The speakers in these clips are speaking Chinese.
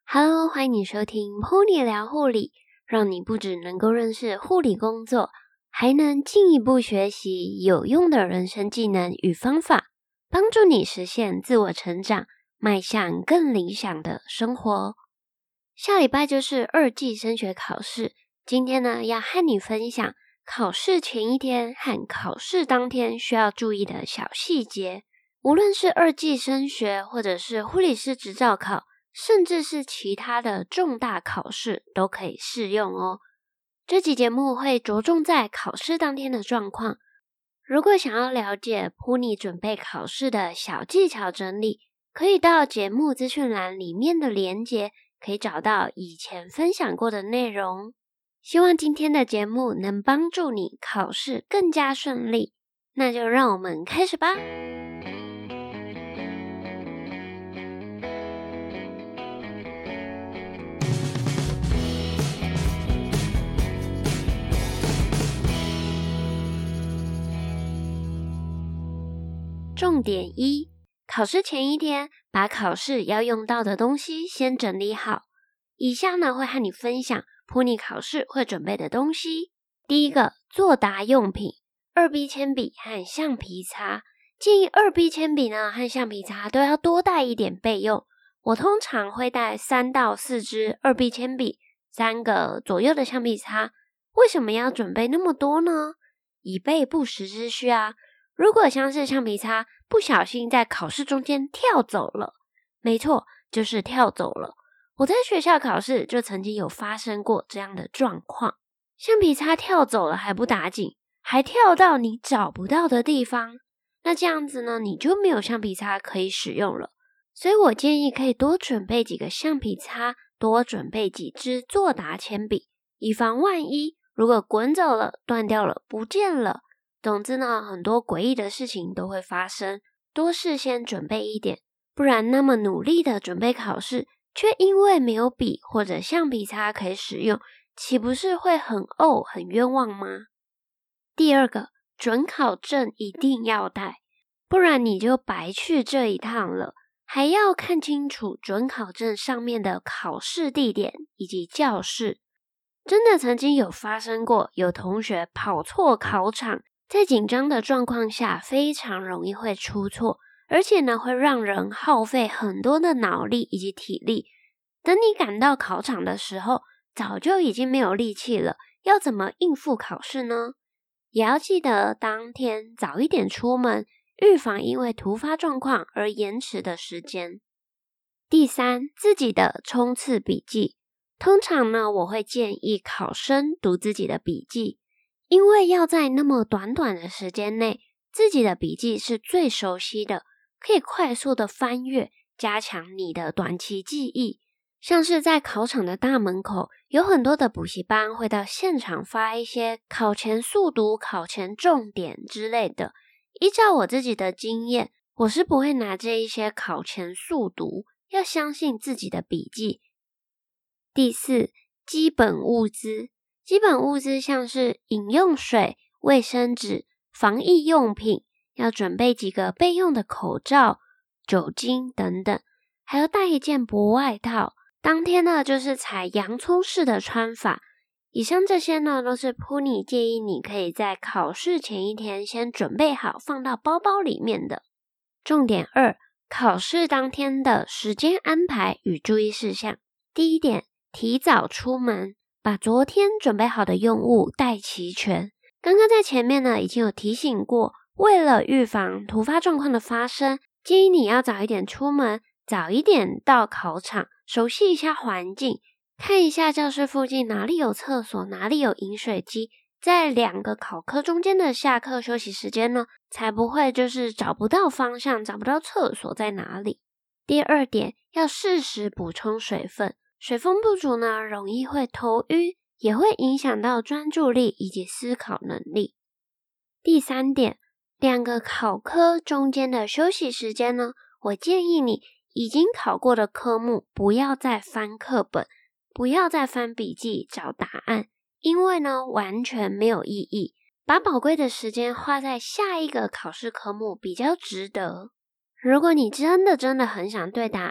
Hello， 欢迎你收听 Pony 聊护理，让你不只能够认识护理工作，还能进一步学习有用的人生技能与方法，帮助你实现自我成长，迈向更理想的生活。下礼拜就是2技升学考试，今天呢要和你分享考试前一天和考试当天需要注意的小细节。无论是2技升学，或者是护理师执照考，甚至是其他的重大考试都可以适用哦。这期节目会着重在考试当天的状况。如果想要了解 Pony 准备考试的小技巧整理，可以到节目资讯栏里面的连结，可以找到以前分享过的内容。希望今天的节目能帮助你考试更加顺利。那就让我们开始吧。重点1，考试前一天，把考试要用到的东西先整理好。以下呢会和你分享 Pony 考试会准备的东西。第一个，作答用品，2B 铅笔和橡皮擦。建议2B 铅笔呢和橡皮擦都要多带一点备用。我通常会带3到4支2B 铅笔，3个左右的橡皮擦。为什么要准备那么多呢？以备不时之需啊。如果像是橡皮擦不小心在考试中间跳走了，没错，就是跳走了。我在学校考试就曾经有发生过这样的状况，橡皮擦跳走了还不打紧，还跳到你找不到的地方，那这样子呢，你就没有橡皮擦可以使用了。所以我建议可以多准备几个橡皮擦，多准备几支作答铅笔，以防万一，如果滚走了、断掉了、不见了，总之呢，很多诡异的事情都会发生，多事先准备一点，不然那么努力的准备考试，却因为没有笔或者橡皮擦可以使用，岂不是会很很冤枉吗？第二个，准考证一定要带，不然你就白去这一趟了，还要看清楚准考证上面的考试地点以及教室。真的曾经有发生过，有同学跑错考场，在紧张的状况下非常容易会出错，而且呢会让人耗费很多的脑力以及体力。等你赶到考场的时候，早就已经没有力气了，要怎么应付考试呢？也要记得当天早一点出门，预防因为突发状况而延迟的时间。第3，自己的冲刺笔记。通常呢，我会建议考生读自己的笔记，因为要在那么短的时间内，自己的笔记是最熟悉的，可以快速的翻阅，加强你的短期记忆。像是在考场的大门口，有很多的补习班会到现场发一些考前速读、考前重点之类的。依照我自己的经验，我是不会拿这一些考前速读，要相信自己的笔记。第4，基本物资。基本物资像是饮用水、卫生纸、防疫用品，要准备几个备用的口罩、酒精等等，还要带一件薄外套。当天呢，就是采洋葱式的穿法。以上这些呢，都是 Pony 建议你可以在考试前一天先准备好，放到包包里面的。重点2，考试当天的时间安排与注意事项。第1点，提早出门，把昨天准备好的用物带齐全。刚刚在前面呢已经有提醒过，为了预防突发状况的发生，建议你要早一点出门，早一点到考场，熟悉一下环境，看一下教室附近哪里有厕所，哪里有饮水机，在2个考科中间的下课休息时间呢，才不会就是找不到方向，找不到厕所在哪里。第2点，要适时补充水分。水分不足呢，容易会头晕，也会影响到专注力以及思考能力。第3点，2个考科中间的休息时间呢，我建议你已经考过的科目不要再翻课本，不要再翻笔记找答案，因为呢完全没有意义。把宝贵的时间花在下一个考试科目比较值得。如果你真的很想对答案，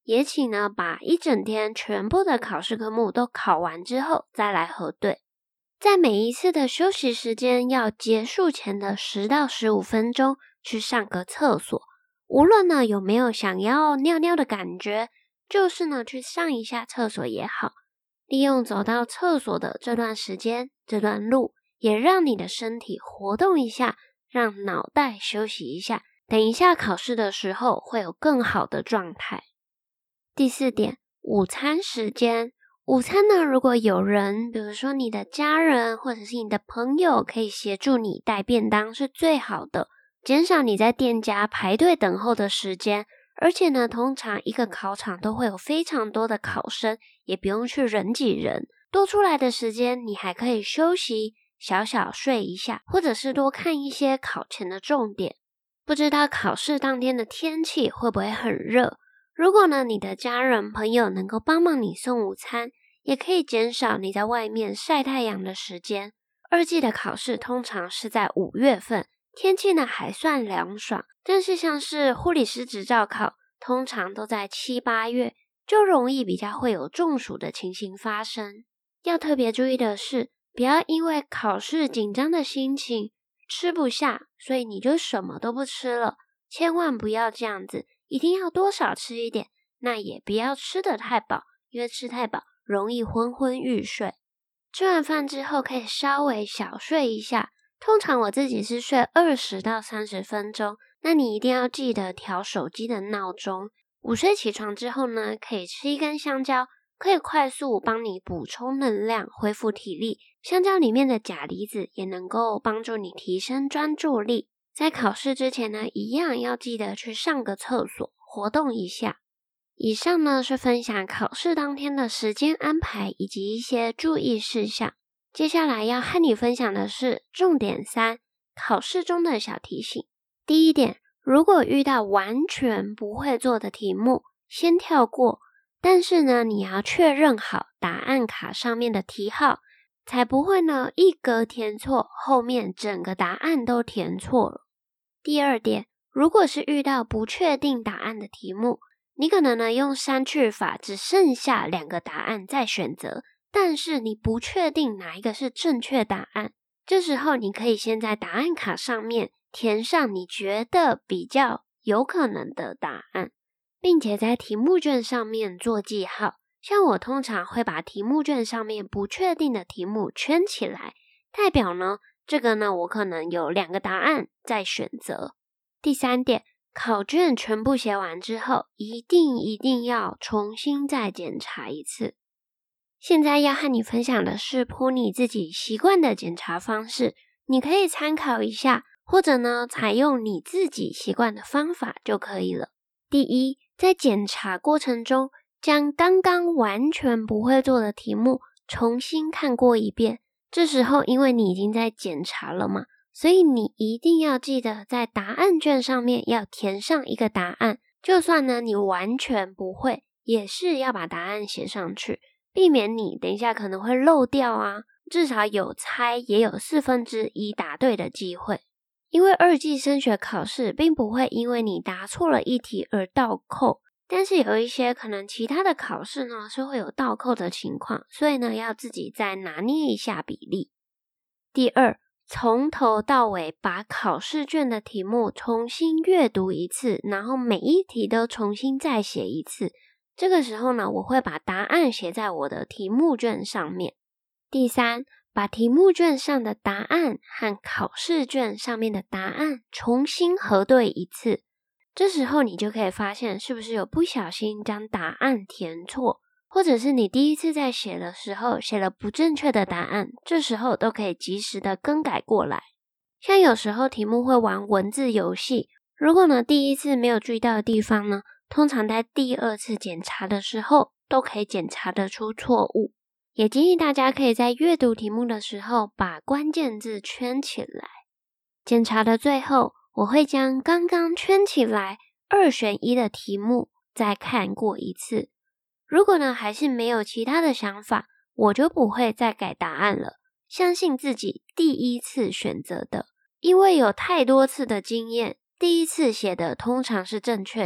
也请呢把一整天全部的考试科目都考完之后再来核对。在每一次的休息时间要结束前的10到15分钟去上个厕所，无论呢有没有想要尿尿的感觉，就是呢去上一下厕所也好。利用走到厕所的这段时间，这段路也让你的身体活动一下，让脑袋休息一下，等一下考试的时候会有更好的状态。第4点，午餐时间。午餐呢，如果有人，比如说你的家人或者是你的朋友可以协助你带便当是最好的，减少你在店家排队等候的时间。而且呢，通常一个考场都会有非常多的考生，也不用去人挤人，多出来的时间你还可以休息，小小睡一下，或者是多看一些考前的重点。不知道考试当天的天气会不会很热？如果呢，你的家人朋友能够帮忙你送午餐，也可以减少你在外面晒太阳的时间。2季的考试通常是在5月份，天气呢还算凉爽，但是像是护理师执照考，通常都在7、8月，就容易比较会有中暑的情形发生。要特别注意的是，不要因为考试紧张的心情吃不下，所以你就什么都不吃了，千万不要这样子。一定要多少吃一点，那也不要吃得太饱，因为吃太饱容易昏昏欲睡。吃完饭之后可以稍微小睡一下，通常我自己是睡20到30分钟，那你一定要记得调手机的闹钟。午睡起床之后呢，可以吃一根香蕉，可以快速帮你补充能量，恢复体力。香蕉里面的钾离子也能够帮助你提升专注力。在考试之前呢，一样要记得去上个厕所，活动一下。以上呢是分享考试当天的时间安排以及一些注意事项。接下来要和你分享的是重点3，考试中的小提醒。第1点，如果遇到完全不会做的题目，先跳过，但是呢，你要确认好答案卡上面的题号，才不会呢一格填错，后面整个答案都填错了。第2点，如果是遇到不确定答案的题目，你可能呢用删去法，只剩下2个答案再选择，但是你不确定哪一个是正确答案。这时候你可以先在答案卡上面填上你觉得比较有可能的答案，并且在题目卷上面做记号。像我通常会把题目卷上面不确定的题目圈起来，代表呢这个呢我可能有2个答案在选择。第3点，考卷全部写完之后，一定要重新再检查一次。现在要和你分享的是Puni自己习惯的检查方式，你可以参考一下，或者呢采用你自己习惯的方法就可以了。第1，在检查过程中，将刚刚完全不会做的题目重新看过一遍。这时候因为你已经在检查了嘛，所以你一定要记得在答案卷上面要填上一个答案，就算呢你完全不会，也是要把答案写上去，避免你等一下可能会漏掉啊，至少有猜也有1/4答对的机会。因为2季升学考试并不会因为你答错了一题而倒扣，但是有一些可能其他的考试呢是会有倒扣的情况，所以呢要自己再拿捏一下比例。第2，从头到尾把考试卷的题目重新阅读一次，然后每一题都重新再写一次。这个时候呢，我会把答案写在我的题目卷上面。第3，把题目卷上的答案和考试卷上面的答案重新核对一次。这时候你就可以发现是不是有不小心将答案填错，或者是你第一次在写的时候写了不正确的答案，这时候都可以及时的更改过来。像有时候题目会玩文字游戏，如果呢第一次没有注意到的地方呢，通常在第2次检查的时候都可以检查得出错误。也建议大家可以在阅读题目的时候把关键字圈起来。检查的最后，我会将刚刚圈起来2选1的题目再看过一次。如果呢还是没有其他的想法，我就不会再改答案了。相信自己第1次选择的，因为有太多次的经验，第1次写的通常是正确的，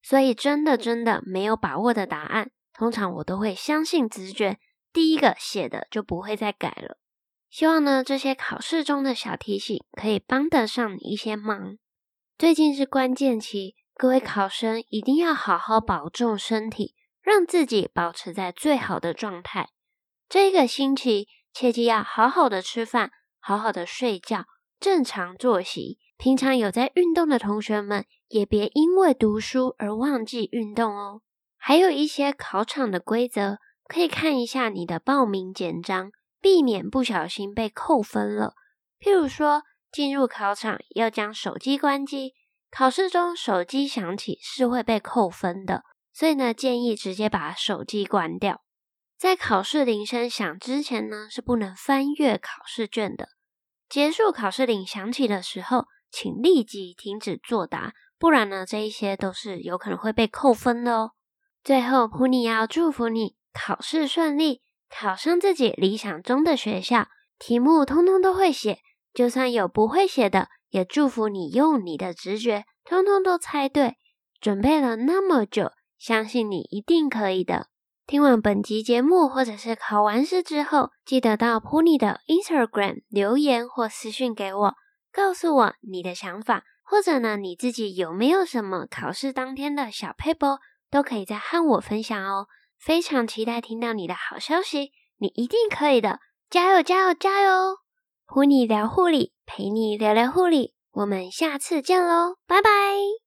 所以真的没有把握的答案，通常我都会相信直觉，第一个写的就不会再改了。希望呢，这些考试中的小提醒可以帮得上你一些忙。最近是关键期，各位考生一定要好好保重身体，让自己保持在最好的状态。这个星期切记要好好的吃饭，好好的睡觉，正常作息。平常有在运动的同学们，也别因为读书而忘记运动哦。还有一些考场的规则，可以看一下你的报名简章，避免不小心被扣分了。譬如说，进入考场要将手机关机，考试中手机响起是会被扣分的，所以呢，建议直接把手机关掉。在考试铃声响之前呢，是不能翻阅考试卷的。结束考试铃响起的时候，请立即停止作答，不然呢，这一些都是有可能会被扣分的哦。最后，Puni要祝福你考试顺利，考上自己理想中的学校，题目通通都会写，就算有不会写的，也祝福你用你的直觉，通通都猜对。准备了那么久，相信你一定可以的。听完本集节目或者是考完试之后，记得到 Puni 的 Instagram 留言或私讯给我，告诉我你的想法，或者呢你自己有没有什么考试当天的小撇步，都可以再和我分享哦。非常期待听到你的好消息，你一定可以的，加油加油加油！Puni聊护理，陪你聊聊护理，我们下次见喽，拜拜。